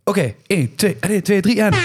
Oké, 1, 2, 3 en...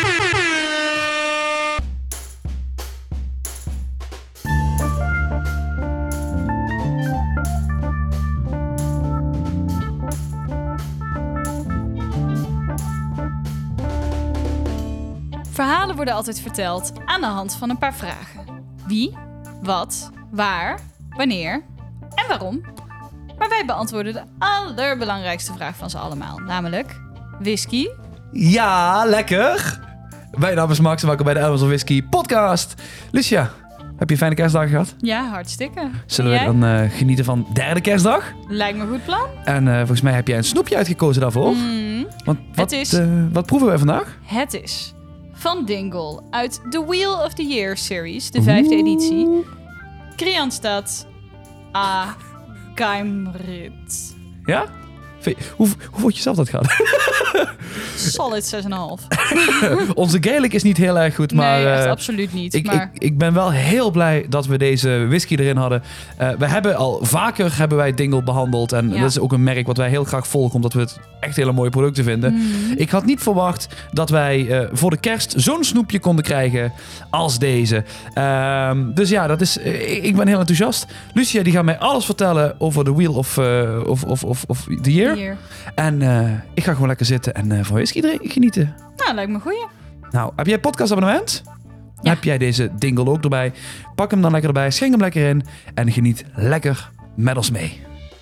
Verhalen worden altijd verteld aan de hand van een paar vragen. Wie, wat, waar, wanneer en waarom. Maar wij beantwoorden de allerbelangrijkste vraag van ze allemaal. Namelijk, whisky? Ja, lekker! Mijn naam is Max en welkom bij de Amazon Whisky podcast. Lucia, heb je een fijne kerstdag gehad? Ja, hartstikke. Zullen we dan genieten van derde kerstdag? Lijkt me een goed plan. En volgens mij heb jij een snoepje uitgekozen daarvoor. Want wat proeven wij vandaag? Het is van Dingle uit The Wheel of the Year series, de 5e editie. Krianstad A. Geimrit. Ja? Hoe vond je zelf dat gaat? Solid 6,5. Onze Gaelic is niet heel erg goed, maar... Nee, echt absoluut niet. Ik ben wel heel blij dat we deze whisky erin hadden. We hebben al vaker wij Dingle behandeld. En dat is ook een merk wat wij heel graag volgen, omdat we het echt hele mooie producten vinden. Ik had niet verwacht dat wij voor de kerst zo'n snoepje konden krijgen als deze. Dus ja, ik ben heel enthousiast. Lucia die gaat mij alles vertellen over The Wheel of the Year. En ik ga gewoon lekker zitten en van whisky genieten. Nou, lijkt me een goeie. Nou, heb jij een podcastabonnement? Ja. Heb jij deze Dingle ook erbij? Pak hem dan lekker erbij, schenk hem lekker in en geniet lekker met ons mee.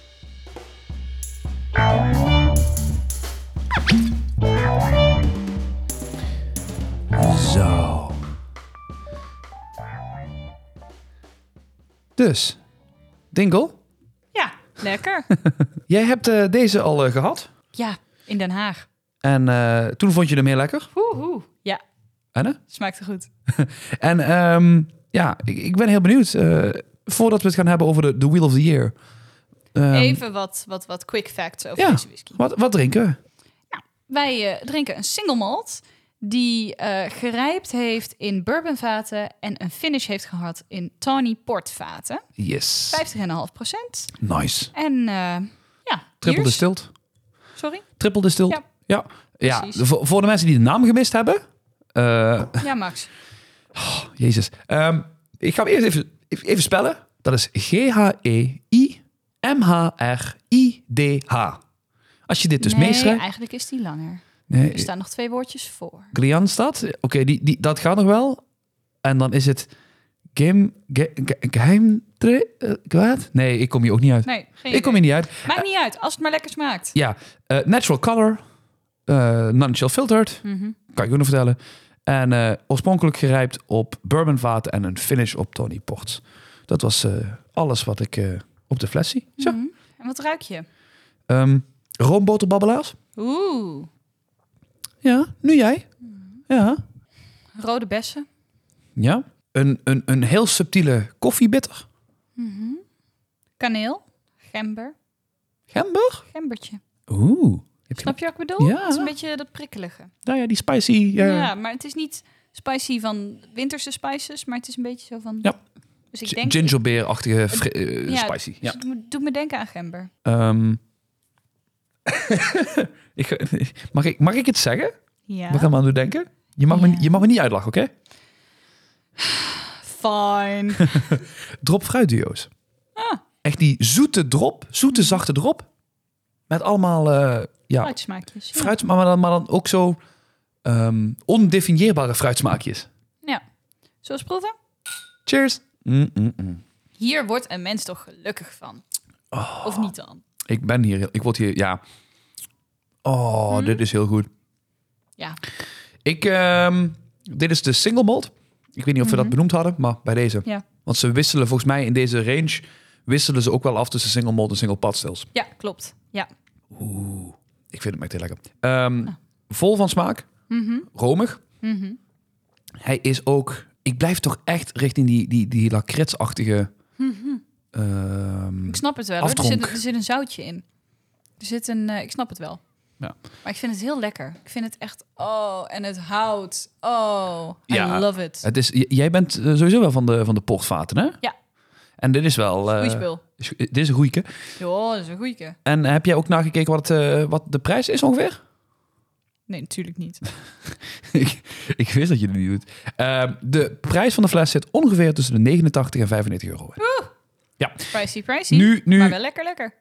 Zo. Dus, Dingle, Ja, lekker. jij hebt deze al gehad. Ja, in Den Haag. En toen vond je hem heel lekker. Ja, En, hè? smaakte goed. En ik ben heel benieuwd. Voordat we het gaan hebben over de Wheel of the Year. Even wat quick facts over deze whisky. Wat drinken we? Wij drinken een single malt die gerijpt heeft in bourbonvaten en een finish heeft gehad in tawny portvaten. Yes. 50,5%. Nice. En Triple distilled. Sorry? Triple distilled. Ja. Precies. Voor de mensen die de naam gemist hebben. Ja, Max. Jezus. Ik ga hem eerst even spellen. Dat is Geimhridh. Als je dit dus meeschrijft. Eigenlijk is die langer. Nee, Er staan nog 2 woordjes voor. Glianstad. Oké, dat gaat nog wel. En dan is het Geheimtre... Nee, ik kom hier ook niet uit. Nee, geen Ik kom hier niet uit. Maakt niet uit, als het maar lekker smaakt. Ja, natural color. Non-chill filtered. Kan ik ook nog vertellen. En oorspronkelijk gerijpt op bourbonvaten en een finish op tawny ports. Dat was alles wat ik op de fles zie. Zo. En wat ruik je? Roomboterbabbelaars. Oeh, Ja, nu jij. Ja. rode bessen. Ja. Een heel subtiele koffiebitter. Kaneel. Gember. Gembertje. Oeh. Snap je wat ik bedoel? Ja. Het is een beetje dat prikkelige. Nou ja, die spicy. Ja, maar het is niet spicy van winterse spices, maar het is een beetje zo van... Ja. Dus ik denk... Gingerbeer-achtige Ja, spicy. Ja. dus het doet me denken aan gember. Mag ik het zeggen? Ja. We gaan aan doen denken. Je mag me niet uitlachen, oké? Fine. Drop fruitduo's. Ah. Echt die zoete, zachte drop. Met allemaal Fruitsmaakjes. Ja. fruit, maar dan ook zo ondefinieerbare fruitsmaakjes. Ja. Zullen we eens proeven? Cheers. Hier wordt een mens toch gelukkig van. Of niet dan? Ik word hier, ja. Oh, dit is heel goed. Ja. Dit is de single malt. Ik weet niet of we dat benoemd hadden, maar bij deze. Ja. Want ze wisselen volgens mij in deze range, wisselen ze ook wel af tussen single malt en single pot stills. Ja, klopt. Ja. Ik vind hem echt heel lekker. Vol van smaak. Romig. Hij is ook... Ik blijf toch echt richting die lakritsachtige... Ik snap het wel. Hoor. Afdronk. Er zit een zoutje in. Er zit een... ik snap het wel. Ja. Maar ik vind het heel lekker. Ik vind het echt... Oh, en het hout. Oh, Ja, I love it. Jij bent sowieso wel van de portvaten, hè? Ja. En dit is wel... Goeie spul. Dit is een goeieke. Ja, dat is een goeieke. En heb jij ook nagekeken wat de prijs is ongeveer? Nee, natuurlijk niet. ik wist dat je het niet doet. De prijs van de fles zit ongeveer tussen de 89 en 95 euro. Ja. Pricey. Nu, maar wel lekker.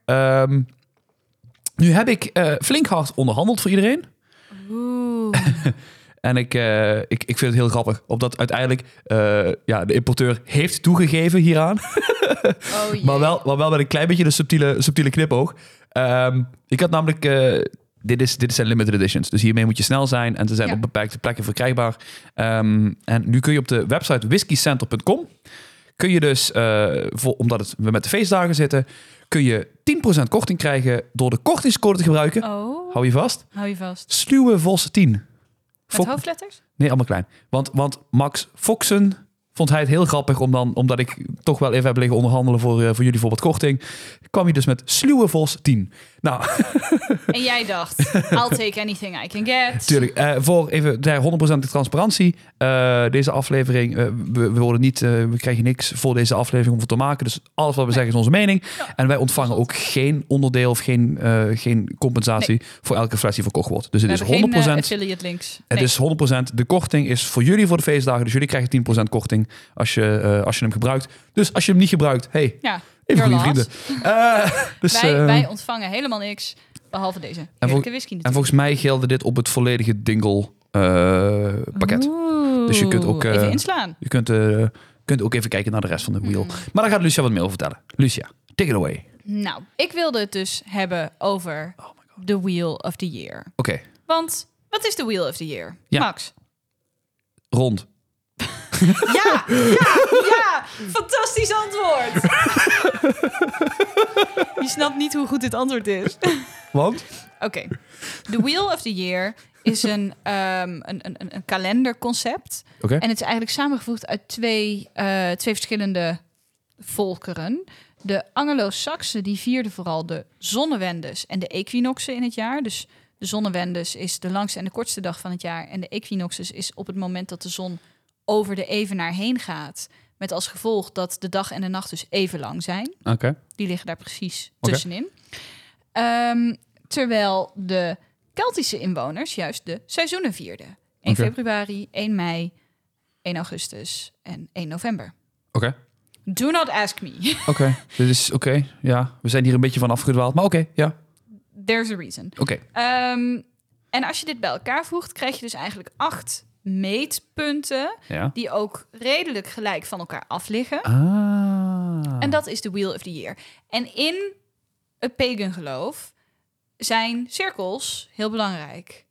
Nu heb ik flink hard onderhandeld voor iedereen. Oeh. En ik vind het heel grappig. Omdat uiteindelijk de importeur heeft toegegeven hieraan. Oh, maar wel met een klein beetje de subtiele knipoog. Ik had namelijk... Dit zijn limited editions. Dus hiermee moet je snel zijn. En ze zijn op beperkte plekken verkrijgbaar. En nu kun je op de website whiskycenter.com... kun je dus, omdat we met de feestdagen zitten... kun je 10% korting krijgen door de kortingscode te gebruiken. Oh. Hou je vast. Sluwe Vos 10. Met hoofdletters? Nee, allemaal klein. Want Max Foxen vond hij het heel grappig... omdat ik toch wel even heb liggen onderhandelen voor jullie voor wat korting... kwam je dus met Sluwe Vos 10. Nou... En jij dacht, I'll take anything I can get. Tuurlijk. Voor even 100% de transparantie. Deze aflevering, we krijgen niks voor deze aflevering om voor te maken. Dus alles wat we zeggen is onze mening. Ja. En wij ontvangen ook geen onderdeel of geen compensatie voor elke fles die verkocht wordt. Dus het is 100%. Geen affiliate links. Het is 100%. De korting is voor jullie voor de feestdagen. Dus jullie krijgen 10% korting als je hem gebruikt. Dus als je hem niet gebruikt, hey, even goede vrienden. Wij ontvangen helemaal niks. Behalve deze heerlijke whisky natuurlijk. En volgens mij geldt dit op het volledige Dingle pakket. Dus je kunt ook... even inslaan. Je kunt ook even kijken naar de rest van de wheel. Maar daar gaat Lucia wat meer over vertellen. Lucia, take it away. Nou, ik wilde het dus hebben over the Wheel of the Year. Oké. Want, wat is de Wheel of the Year? Ja. Max? Rond. Ja! Fantastisch antwoord! Je snapt niet hoe goed dit antwoord is. Want? Oké. The Wheel of the Year is een kalenderconcept. Okay. En het is eigenlijk samengevoegd uit twee verschillende volkeren. De Anglo-Saxen die vierden vooral de zonnewendes en de equinoxen in het jaar. Dus de zonnewendes is de langste en de kortste dag van het jaar. En de equinoxes is op het moment dat de zon over de evenaar heen gaat. Met als gevolg dat de dag en de nacht dus even lang zijn. Okay. Die liggen daar precies tussenin. Terwijl de Keltische inwoners juist de seizoenen vierden. 1 februari, 1 mei, 1 augustus en 1 november. Oké. Do not ask me. Oké, dit is oké. Ja, we zijn hier een beetje van afgedwaald, maar oké, ja. There's a reason. Oké. En als je dit bij elkaar voegt, krijg je dus eigenlijk 8 meetpunten... die ook redelijk gelijk van elkaar af liggen. En dat is de Wheel of the Year. En in het pagan geloof zijn cirkels heel belangrijk.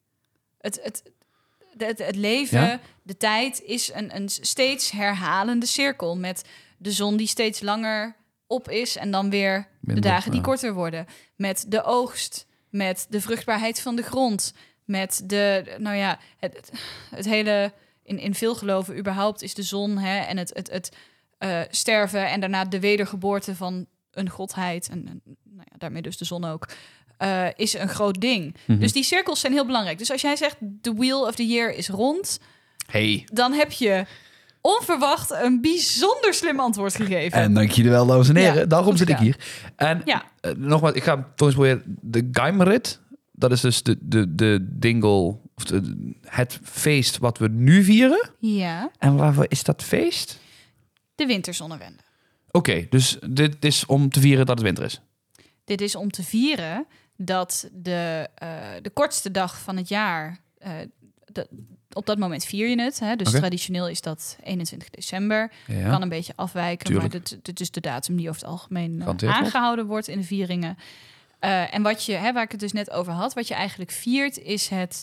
Het leven, de tijd is een steeds herhalende cirkel... met de zon die steeds langer op is... en dan weer de dagen die korter worden. Met de oogst, met de vruchtbaarheid van de grond... met het hele... In veel geloven überhaupt is de zon en het sterven... en daarna de wedergeboorte van een godheid... en daarmee dus de zon ook... is een groot ding. Mm-hmm. Dus die cirkels zijn heel belangrijk. Dus als jij zegt, the Wheel of the Year is rond... dan heb je onverwacht een bijzonder slim antwoord gegeven. En dank jullie wel, dames en heren. Ja, daarom zit ik hier. En nogmaals, ik ga toch eens proberen. De Geimerit, dat is dus de dingle... of het feest wat we nu vieren. Ja. En waarvoor is dat feest? De winterzonnewende. Oké, dus dit is om te vieren dat het winter is? Dit is om te vieren dat de kortste dag van het jaar... op dat moment vier je het. Hè? Dus traditioneel is dat 21 december. Ja. Kan een beetje afwijken, tuurlijk. Maar dit is de datum die over het algemeen aangehouden wordt in de vieringen. En waar ik het dus net over had, wat je eigenlijk viert, is het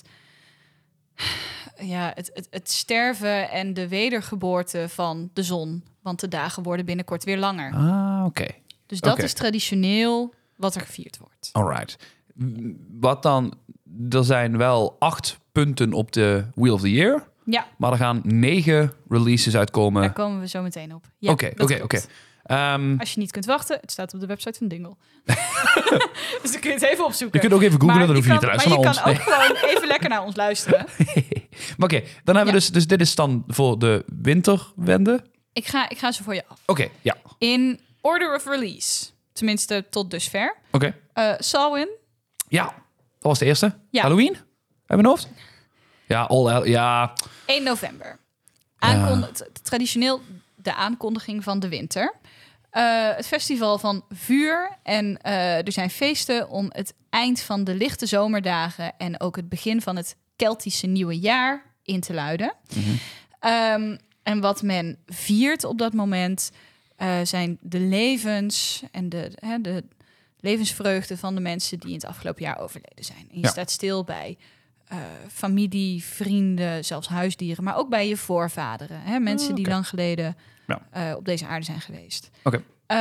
sterven en de wedergeboorte van de zon. Want de dagen worden binnenkort weer langer. Oké. Dus dat is traditioneel wat er gevierd wordt. Alright. Wat dan? Er zijn wel 8 punten op de Wheel of the Year. Ja. Maar er gaan 9 releases uitkomen. Daar komen we zo meteen op. Ja, Oké. Als je niet kunt wachten, het staat op de website van Dingle. Dus dan kun je het even opzoeken. Je kunt ook even googlen, dan hoef je niet te luisteren naar ons. Maar je kan ook gewoon even lekker naar ons luisteren. Maar oké, dan hebben we dus dit is dan voor de winterwende. Ik ga ze voor je af. Oké, ja. In order of release. Tenminste, tot dusver. Oké. Samhain. Ja, dat was de eerste. Ja. Halloween? Heb je een hoofd? Ja, ja. 1 november. Traditioneel de aankondiging van de winter. Het festival van vuur. En er zijn feesten om het eind van de lichte zomerdagen... en ook het begin van het Keltische nieuwe jaar in te luiden. En wat men viert op dat moment... zijn de levens en de levensvreugde van de mensen... die in het afgelopen jaar overleden zijn. En je staat stil bij... familie, vrienden, zelfs huisdieren, maar ook bij je voorvaderen. Hè? Mensen die lang geleden op deze aarde zijn geweest. Oké.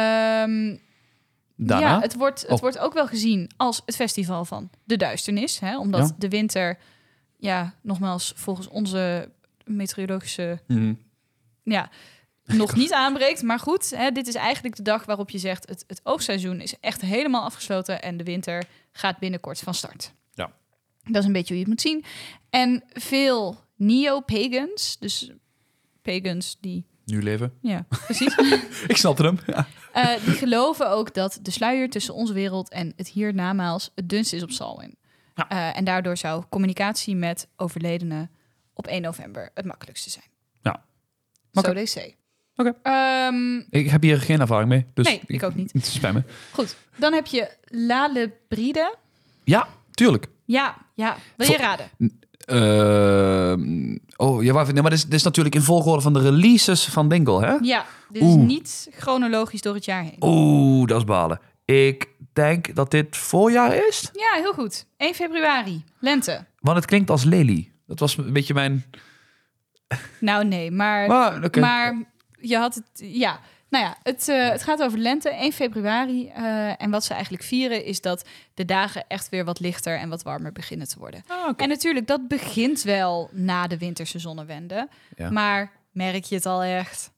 Ja, het wordt ook wel gezien als het festival van de duisternis. Hè? Omdat de winter, nogmaals, volgens onze meteorologische... nog niet aanbreekt. Maar goed, dit is eigenlijk de dag waarop je zegt... het oogstseizoen is echt helemaal afgesloten... en de winter gaat binnenkort van start. Ja. Dat is een beetje hoe je het moet zien. En veel neo-pagans, dus pagans die... Nu leven. Ja, precies. Ik snapte hem. Ja. Die geloven ook dat de sluier tussen onze wereld en het hiernamaals het dunst is op Samhain. Ja. En daardoor zou communicatie met overledenen op 1 november het makkelijkste zijn. Ja. Zo they say. Oké. Ik heb hier geen ervaring mee. Dus nee, ik ook niet. Het spijt me. Goed, dan heb je Lalebride. Ja, tuurlijk. Ja. Wil je raden? Maar dit is natuurlijk in volgorde van de releases van Dingle, hè? Ja, dit is niet chronologisch door het jaar heen. Dat is balen. Ik denk dat dit voorjaar is. Ja, heel goed. 1 februari, lente. Want het klinkt als lelie. Dat was een beetje mijn... Nou, nee, maar je had het... Ja, nou ja, het gaat over lente, 1 februari. En wat ze eigenlijk vieren is dat de dagen echt weer wat lichter en wat warmer beginnen te worden. En natuurlijk, dat begint wel na de winterse zonnewende. Ja. Maar merk je het al echt?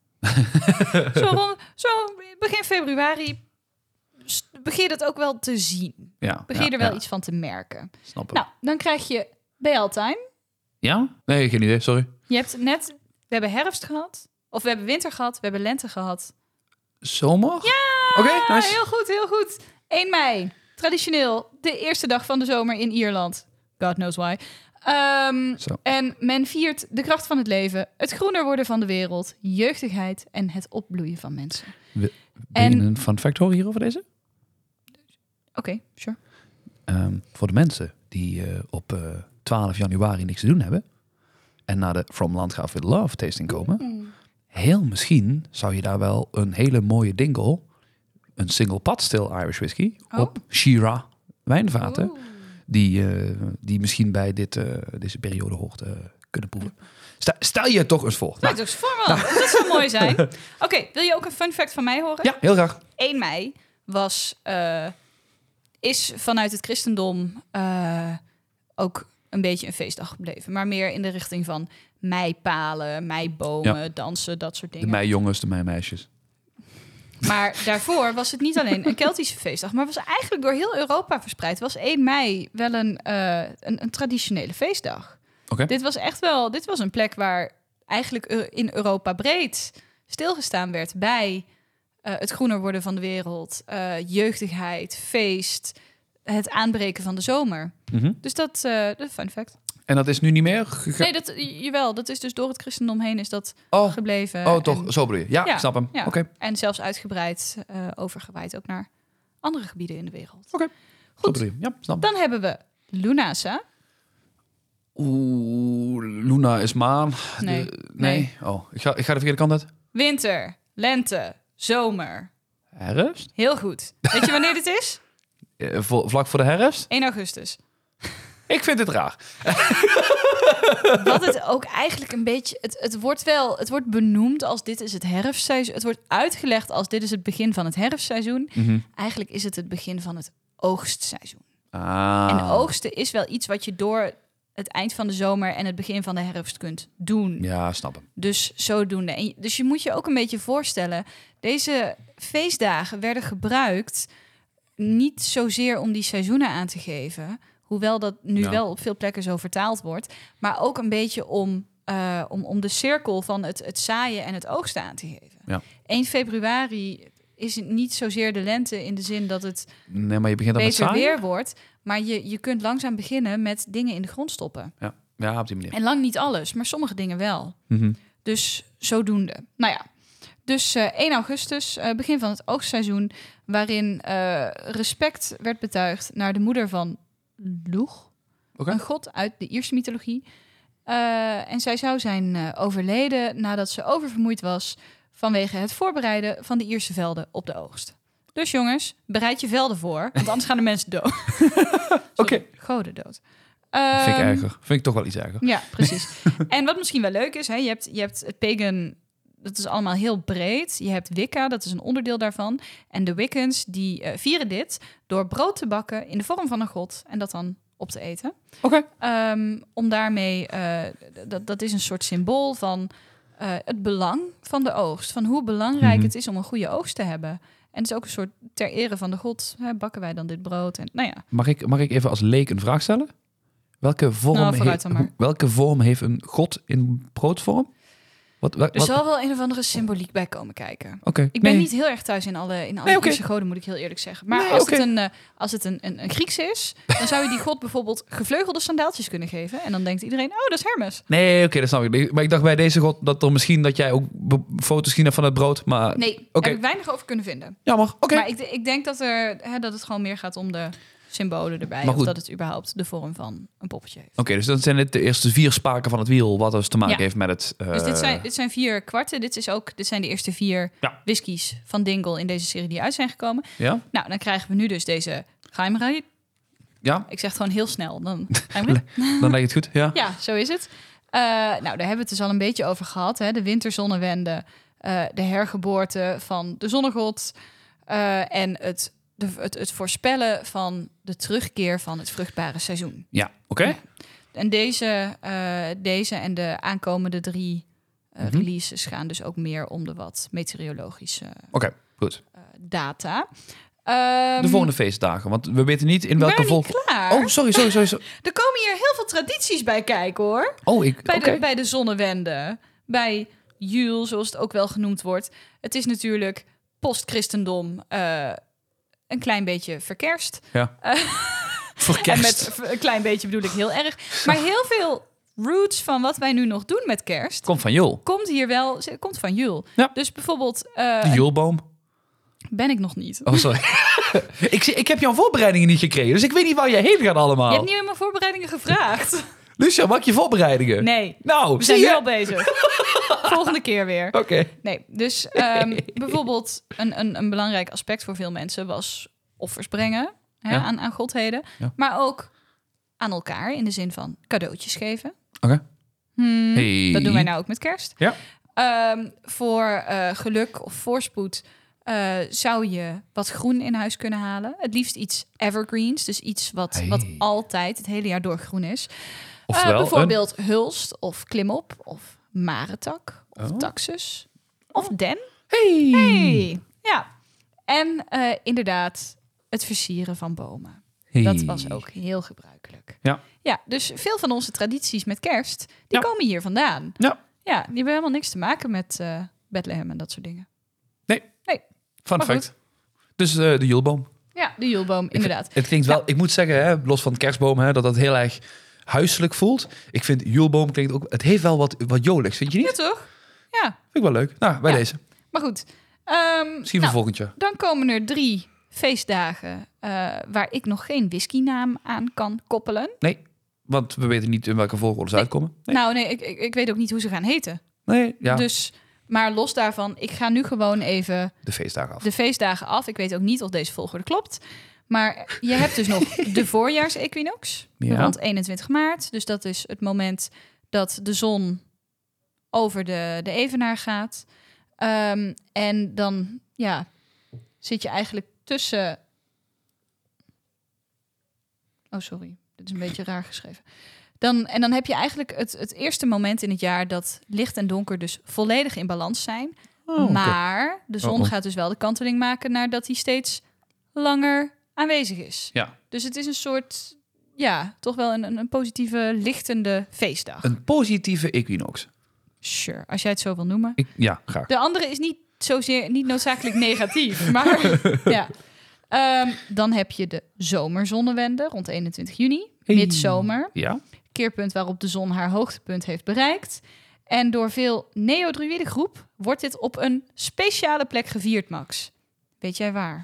zo begin februari begin je dat ook wel te zien. Ja, begin je er wel iets van te merken. Snap nou, dan krijg je Beeltime. Ja? Nee, geen idee, sorry. Je hebt we hebben herfst gehad. Of we hebben winter gehad, we hebben lente gehad. Zomer? Ja, Oké, nice. Heel goed. 1 mei, traditioneel de eerste dag van de zomer in Ierland. God knows why. En men viert de kracht van het leven, het groener worden van de wereld, jeugdigheid en het opbloeien van mensen. Wil je een fun fact horen hier over deze? Oké, sure. Voor de mensen die op 12 januari niks te doen hebben en naar de From Landgraaf with Love tasting komen... Heel misschien zou je daar wel een hele mooie dingle, een single pot still Irish whisky, op Shiraz wijnvaten, die misschien bij deze periode hoort kunnen proeven. Stel je toch eens voor. Nou, toch voor wel. Dat zou mooi zijn. Oké, wil je ook een fun fact van mij horen? Ja, heel graag. 1 mei is vanuit het christendom ook een beetje een feestdag gebleven. Maar meer in de richting van meipalen, meibomen, dansen, dat soort dingen. De meijongens, de meimeisjes. Maar daarvoor was het niet alleen een Keltische feestdag, maar was eigenlijk door heel Europa verspreid. Was 1 mei wel een traditionele feestdag. Okay. Dit was een plek waar eigenlijk in Europa breed stilgestaan werd bij het groener worden van de wereld, jeugdigheid, feest, het aanbreken van de zomer. Mm-hmm. Dus dat is fun fact. En dat is nu niet meer? Jawel, dat is dus door het christendom heen is dat gebleven. Oh, toch, zo bedoel je. Ja, ik snap hem. Ja. Okay. En zelfs uitgebreid overgewaaid ook naar andere gebieden in de wereld. Oké, goed. Ja, snap. Dan hebben we Lunasa. Luna is maan. Nee. Oh, ik ga de verkeerde kant uit. Winter, lente, zomer. Herfst? Heel goed. Weet je wanneer dit is? Vlak voor de herfst? 1 augustus. Ik vind het raar. Wat het ook eigenlijk een beetje... Het wordt benoemd als dit is het herfstseizoen. Het wordt uitgelegd als dit is het begin van het herfstseizoen. Mm-hmm. Eigenlijk is het begin van het oogstseizoen. En oogsten is wel iets wat je door het eind van de zomer en het begin van de herfst kunt doen. Ja, snap hem. Dus zodoende. Dus je moet je ook een beetje voorstellen... Deze feestdagen werden gebruikt niet zozeer om die seizoenen aan te geven... Hoewel dat nu wel op veel plekken zo vertaald wordt. Maar ook een beetje om de cirkel van het zaaien en het oogsten aan te geven. Ja. 1 februari is niet zozeer de lente in de zin dat het Nee, maar je begint dan met beter zaaien? weer wordt. Maar je kunt langzaam beginnen met dingen in de grond stoppen. Ja, op die manier. En lang niet alles, maar sommige dingen wel. Mhm. Dus zodoende. Nou ja, dus 1 augustus, begin van het oogstseizoen, waarin respect werd betuigd naar de moeder van Loeg, Oké. een god uit de Ierse mythologie. En zij zou zijn overleden nadat ze oververmoeid was vanwege het voorbereiden van de Ierse velden op de oogst. Dus jongens, bereid je velden voor, want anders gaan de mensen dood. Oké. Goden dood. Vind ik erger. Vind ik toch wel iets erger. Ja, precies. En wat misschien wel leuk is, hè, je hebt het pagan, dat is allemaal heel breed. Je hebt Wicca, dat is een onderdeel daarvan. En de Wiccans, die vieren dit door brood te bakken in de vorm van een god en dat dan op te eten. Oké. Om daarmee, dat is een soort symbool van het belang van de oogst. Van hoe belangrijk het is om een goede oogst te hebben. En het is ook een soort ter ere van de god. Hè, bakken wij dan dit brood? En nou ja. Mag ik even als leek een vraag stellen? Welke vooruit dan maar. welke vorm heeft een god in broodvorm? Er zal wel een of andere symboliek bij komen kijken. Oké. Ik ben niet heel erg thuis in alle Ierse goden, moet ik heel eerlijk zeggen. Maar als het een Grieks is, dan zou je die god bijvoorbeeld gevleugelde sandaaltjes kunnen geven. En dan denkt iedereen, oh, dat is Hermes. Nee, oké, dat snap ik. Maar ik dacht bij deze god dat jij ook foto's gezien hebt van het brood. Maar Nee, Oké. heb ik weinig over kunnen vinden. Jammer, oké. Maar ik denk dat het gewoon meer gaat om de symbolen erbij. Maar goed. Of dat het überhaupt de vorm van een poppetje heeft. Oké, dus dan zijn dit de eerste 4 spaken van het wiel, wat dus te maken heeft met het... Dus dit zijn 4 kwarten. Dit zijn de eerste 4 whiskies van Dingle in deze serie die uit zijn gekomen. Ja? Nou, dan krijgen we nu dus deze Geheimraad. Ja? Ik zeg het gewoon heel snel. Dan Dan leg je het goed, ja? Ja, zo is het. Daar hebben we het dus al een beetje over gehad. Hè? De winterzonnewende, de hergeboorte van de zonnegod en het voorspellen van de terugkeer van het vruchtbare seizoen. Ja, oké. En deze en de aankomende 3 releases gaan dus ook meer om de wat meteorologische Oké, goed. data. De volgende feestdagen, want we weten niet in welke volgorde... Klaar. Oh, sorry. Er komen hier heel veel tradities bij kijken, hoor. Oh, Bij de zonnewende, bij Jul, zoals het ook wel genoemd wordt. Het is natuurlijk post-christendom een klein beetje verkerst. Ja. Verkerst. En met een klein beetje bedoel ik heel erg. Maar heel veel roots van wat wij nu nog doen met kerst... Komt van Jul. Komt van Jul. Ja. Dus bijvoorbeeld... De Julboom. Ben ik nog niet. Oh, sorry. ik heb jouw voorbereidingen niet gekregen, dus ik weet niet waar je heen gaat allemaal. Je hebt niet in mijn voorbereidingen gevraagd. Lucia, maak je voorbereidingen? Nee. Nou, we zijn nu al bezig. Volgende keer weer. Oké. Nee, dus bijvoorbeeld een belangrijk aspect voor veel mensen was offers brengen aan godheden. Ja. Maar ook aan elkaar in de zin van cadeautjes geven. Oké. Hey. Dat doen wij nou ook met kerst. Ja. Voor geluk of voorspoed zou je wat groen in huis kunnen halen. Het liefst iets evergreens, dus iets wat altijd het hele jaar door groen is. Bijvoorbeeld hulst of klimop of marentak of taxus of den. Hey. Ja. En inderdaad het versieren van bomen. Hey. Dat was ook heel gebruikelijk. Ja, dus veel van onze tradities met kerst, die komen hier vandaan. Ja, die hebben helemaal niks te maken met Bethlehem en dat soort dingen. Nee. Fun fact. Dus de Julboom. Ja, de Julboom, inderdaad. Het klinkt wel, ik moet zeggen, los van kerstboom, dat heel erg huiselijk voelt. Ik vind Julboom klinkt ook, het heeft wel wat joligs, vind je niet? Ja, toch? Ja. Vind ik wel leuk. Nou, bij deze. Maar goed. Misschien voor volgend jaar. Dan komen er 3 feestdagen waar ik nog geen whiskynaam aan kan koppelen. Nee, want we weten niet in welke volgorde ze uitkomen. Nee. Nou, nee, ik weet ook niet hoe ze gaan heten. Nee, ja. Dus, maar los daarvan, ik ga nu gewoon even de feestdagen af. Ik weet ook niet of deze volgorde klopt. Maar je hebt dus nog de voorjaarsequinox, rond 21 maart. Dus dat is het moment dat de zon over de evenaar gaat. En dan zit je eigenlijk tussen... Oh, sorry. Dit is een beetje raar geschreven. Dan heb je eigenlijk het eerste moment in het jaar dat licht en donker dus volledig in balans zijn. Maar de zon gaat dus wel de kanteling maken naar dat hij steeds langer aanwezig is. Ja. Dus het is een soort, toch wel een positieve, lichtende feestdag. Een positieve equinox. Sure, als jij het zo wil noemen. Ja, graag. De andere is niet zozeer niet noodzakelijk negatief. Maar ja. Dan heb je de zomerzonnewende rond 21 juni. Midzomer. Ja. Keerpunt waarop de zon haar hoogtepunt heeft bereikt. En door veel neo-druïde groep wordt dit op een speciale plek gevierd, Max. Weet jij waar?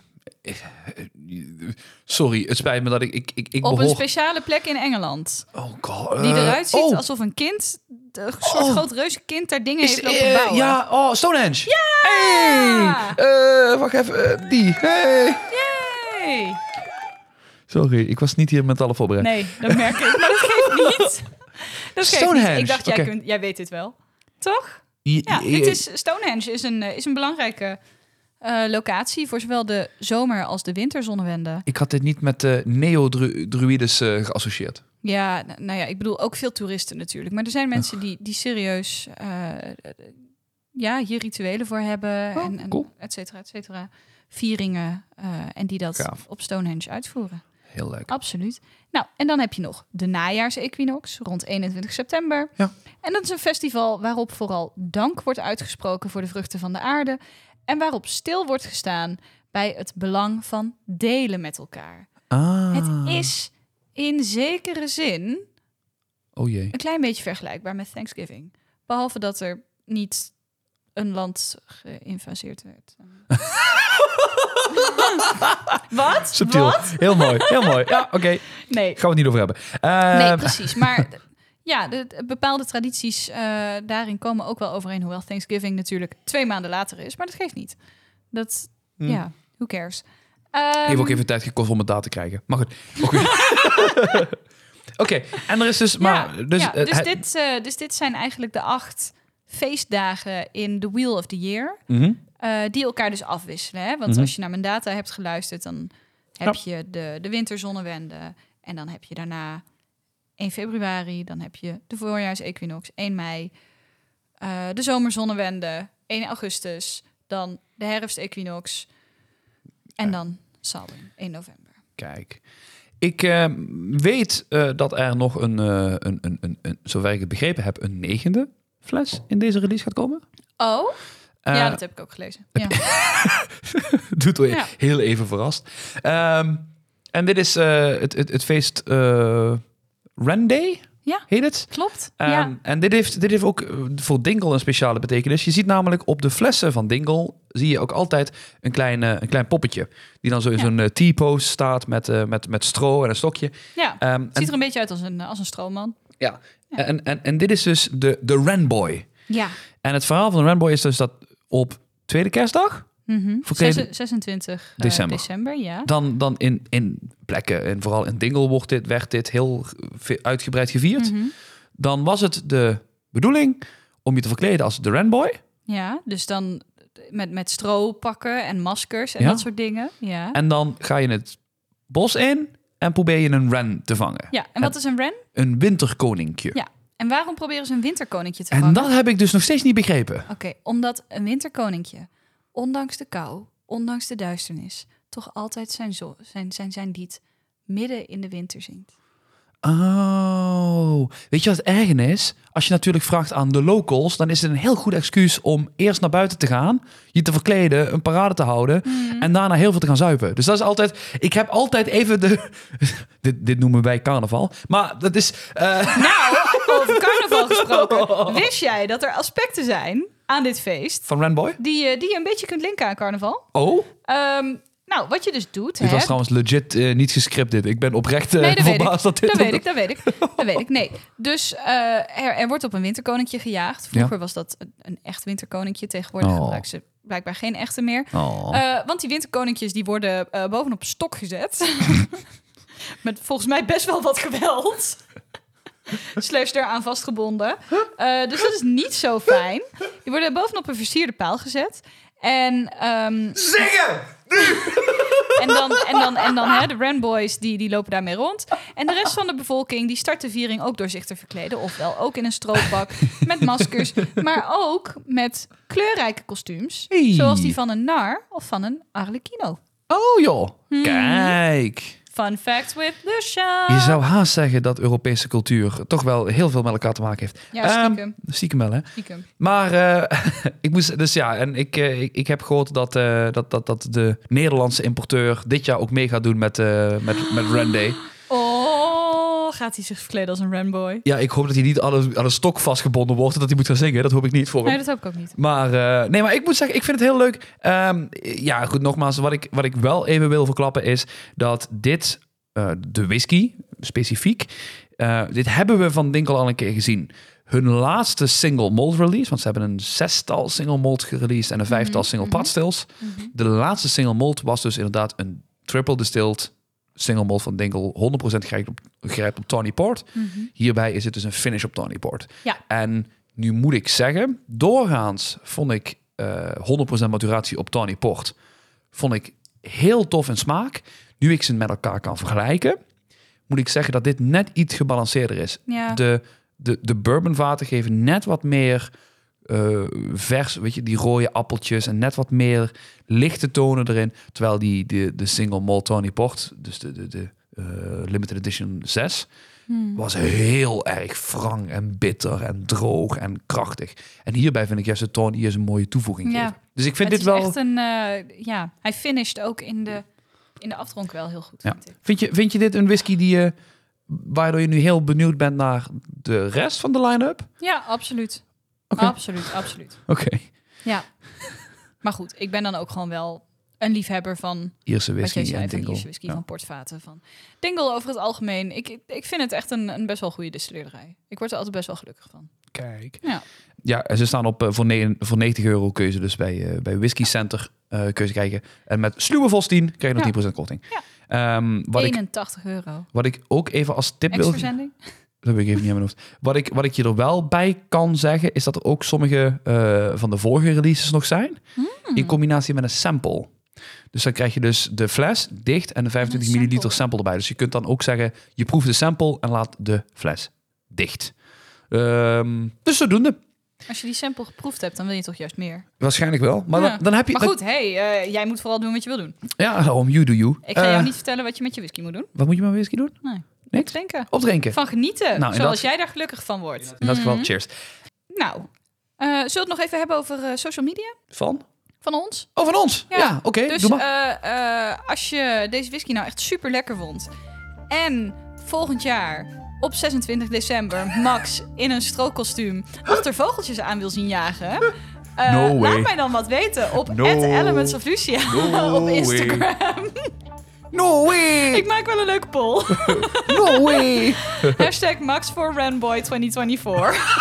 Sorry, het spijt me dat ik op een speciale plek in Engeland. Oh god. Die eruit ziet alsof een kind, een soort groot reuzenkind, daar dingen heeft lopen bouwen. Ja, Stonehenge. Ja! Hey! Wacht even, die. Hey! Yay! Sorry, ik was niet hier met alle voorbereid. Nee, dat merk ik, maar dat geeft niet. Dat geeft Stonehenge. niet. Ik dacht, jij weet dit wel. Toch? Ja, Stonehenge is een belangrijke locatie voor zowel de zomer- als de winterzonnewende. Ik had dit niet met de neo-druides geassocieerd. Ja, nou ja, ik bedoel ook veel toeristen natuurlijk. Maar er zijn mensen die serieus hier rituelen voor hebben. En cool. et cetera, vieringen. En die dat op Stonehenge uitvoeren. Heel leuk. Absoluut. Nou, en dan heb je nog de najaarsequinox rond 21 september. Ja. En dat is een festival waarop vooral dank wordt uitgesproken voor de vruchten van de aarde. En waarop stil wordt gestaan bij het belang van delen met elkaar. Het is in zekere zin een klein beetje vergelijkbaar met Thanksgiving. Behalve dat er niet een land geïnvaseerd werd. Wat? Subtiel. Wat? Heel mooi. Ja, oké. Nee. Gaan we het niet over hebben. Nee, precies. Maar ja, de bepaalde tradities daarin komen ook wel overeen. Hoewel Thanksgiving natuurlijk 2 maanden later is. Maar dat geeft niet. Ja, who cares? Heeft ook even tijd gekost om het daar te krijgen. Maar goed. Oké, en er is dus... Dus dit zijn eigenlijk de 8 feestdagen in the Wheel of the Year. Die elkaar dus afwisselen. Hè? Want als je naar mijn data hebt geluisterd, dan heb je de winterzonnewende. En dan heb je daarna 1 februari. Dan heb je de voorjaarsequinox, 1 mei. De zomerzonnewende, 1 augustus. Dan de herfstequinox. En dan Samhain, 1 november. Kijk. Ik weet dat er nog een, zover ik het begrepen heb, een 9e fles in deze release gaat komen. Oh? Ja, dat heb ik ook gelezen. Ja. Doet wel heel even verrast. En dit is het feest Renday. Ja, heet het? Klopt. En dit heeft ook voor Dingle een speciale betekenis. Je ziet namelijk op de flessen van Dingle zie je ook altijd een klein poppetje. Die dan zo in zo'n T-pose staat met stro en een stokje. Ja, het ziet er een beetje uit als een stroomman. Ja. En dit is dus de Renboy. Ja. En het verhaal van de Renboy is dus dat op tweede kerstdag... 26 december, ja. Dan in plekken, en vooral in Dingle werd dit heel uitgebreid gevierd. Dan was het de bedoeling om je te verkleden als de Renboy. Ja, dus dan met stro pakken en maskers en dat soort dingen. Ja. En dan ga je het bos in en probeer je een ren te vangen. Ja, en wat is een ren? Een winterkoninkje. Ja, en waarom proberen ze een winterkoninkje te vangen? En dat heb ik dus nog steeds niet begrepen. Oké, omdat een winterkoninkje, ondanks de kou, ondanks de duisternis, toch altijd zijn lied midden in de winter zingt. Oh, weet je wat het erg is? Als je natuurlijk vraagt aan de locals, dan is het een heel goed excuus om eerst naar buiten te gaan, je te verkleden, een parade te houden en daarna heel veel te gaan zuipen. Dus dat is altijd, ik heb altijd even dit noemen wij carnaval, maar dat is... Nou, over carnaval gesproken, wist jij dat er aspecten zijn aan dit feest van Renboy? Die je een beetje kunt linken aan carnaval? Oh? Nou, wat je dus doet... Dit was trouwens legit niet gescript dit. Ik ben oprecht verbaasd dat dit... Dat weet ik. Nee. Dus er wordt op een winterkoninkje gejaagd. Vroeger was dat een echt winterkoninkje. Tegenwoordig gebruiken ze blijkbaar geen echte meer. Want die winterkoninkjes die worden bovenop een stok gezet. Met volgens mij best wel wat geweld. / eraan vastgebonden. Dus dat is niet zo fijn. Die worden bovenop een versierde paal gezet. En zingen! En dan de Renboys die lopen daarmee rond. En de rest van de bevolking die start de viering ook door zich te verkleden. Ofwel ook in een strooppak, met maskers. Maar ook met kleurrijke kostuums. Zoals die van een nar of van een arlecchino. Oh joh, kijk. Fun facts with Lucia. Je zou haast zeggen dat Europese cultuur toch wel heel veel met elkaar te maken heeft. Ja, stiekem. Stiekem wel, hè? Stiekem. Maar ik moest... Dus ja, en ik heb gehoord dat de Nederlandse importeur dit jaar ook mee gaat doen met Randay. Oh, gaat hij zich verkleden als een Ranboy? Ja, ik hoop dat hij niet aan een stok vastgebonden wordt en dat hij moet gaan zingen. Dat hoop ik niet voor hem. Nee, dat hoop ik ook niet. Maar, maar ik moet zeggen, ik vind het heel leuk. Ja, goed, nogmaals, wat ik wel even wil verklappen is dat dit, de whisky specifiek, dit hebben we van Dinkel al een keer gezien. Hun laatste single malt release, want ze hebben een 6-tal single malt gereleased en een 5-tal single pot stills. De laatste single malt was dus inderdaad een triple distilled single malt van Dinkel, 100% grijpt op Tawny Port. Hierbij is het dus een finish op Tawny Port. Ja. En nu moet ik zeggen, doorgaans vond ik 100% maturatie op Tawny Port vond ik heel tof in smaak. Nu ik ze met elkaar kan vergelijken, moet ik zeggen dat dit net iets gebalanceerder is. Ja. De bourbonvaten geven net wat meer vers, weet je, die rode appeltjes en net wat meer lichte tonen erin. Terwijl de single malt Tawny Port, dus de limited edition 6, was heel erg wrang en bitter en droog en krachtig. En hierbij vind ik juist de Tawny hier een mooie toevoeging geven. Dus ik vind dit wel... echt een... hij finished ook in de afdronk wel heel goed, Ja. vind ik. Vind je dit een whisky waardoor je nu heel benieuwd bent naar de rest van de line-up? Ja, absoluut. Oké. Absoluut. Oké. Ja. Maar goed, ik ben dan ook gewoon wel een liefhebber van... Ierse Wat whisky jij zei, en van Dingle. Ierse whisky, Ja. van portvaten, van Dingle over het algemeen. Ik vind het echt een best wel goede distilleerderij. Ik word er altijd best wel gelukkig van. Kijk. Ja. Ja, en ze staan op voor €90 kun je ze dus bij Whisky Center kun je ze kijken. En met sluwe Vos 10 krijg je nog 10% korting. Ja. Wat €81. ik ook even als tip wil... Ex-verzending? Dat heb ik even niet aan mijn hoofd. Wat ik je er wel bij kan zeggen, is dat er ook sommige van de vorige releases nog zijn. In combinatie met een sample. Dus dan krijg je dus de fles dicht en de 25 milliliter sample erbij. Dus je kunt dan ook zeggen, je proeft de sample en laat de fles dicht. Dus zodoende. Als je die sample geproefd hebt, dan wil je toch juist meer. Waarschijnlijk wel. Maar Ja. dan heb je... Maar goed, jij moet vooral doen wat je wil doen. Ja, daarom, you do you. Ik ga jou niet vertellen wat je met je whisky moet doen. Wat moet je met whisky doen? Nee. Niks? Drinken. Opdrinken. Van genieten. Nou, zoals jij daar gelukkig van wordt. In dat geval, cheers. Nou, zullen we het nog even hebben over social media van ons? Oh, van ons? Ja, oké. Dus Doe maar. als je deze whisky nou echt super lekker vond en volgend jaar op 26 december Max in een strookkostuum achter vogeltjes aan wil zien jagen, No way. laat mij dan wat weten op No. @elementsoflucia op Instagram. No way! Ik maak wel een leuke poll. No way! #MaxForRanboy 2024.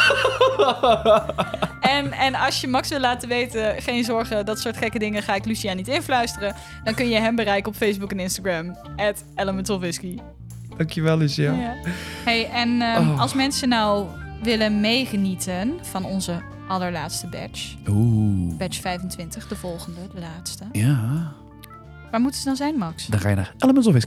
En als je Max wil laten weten, geen zorgen, dat soort gekke dingen ga ik Lucia niet influisteren. Dan kun je hem bereiken op Facebook en Instagram. @elementsofwhisky. Dankjewel, Lucia. Ja. Hey, en als mensen nou willen meegenieten van onze allerlaatste batch. Oeh. Batch 25, de volgende, de laatste. Ja. Waar moeten ze dan zijn, Max? Dan ga je naar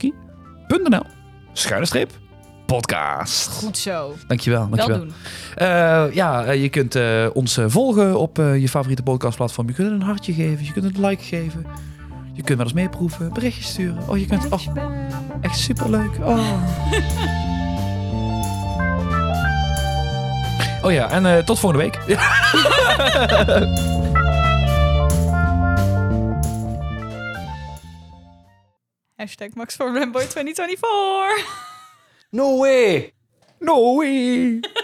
elementsofwhisky.nl/podcast. Goed zo. Dankjewel. Wel doen. Je kunt ons volgen op je favoriete podcastplatform. Je kunt het een hartje geven. Je kunt het een like geven. Je kunt met ons meeproeven. Berichtjes sturen. Oh, je kunt... Oh, echt superleuk. Oh. Oh ja, en tot volgende week. #MaxForRanboy 2024. No way! No way!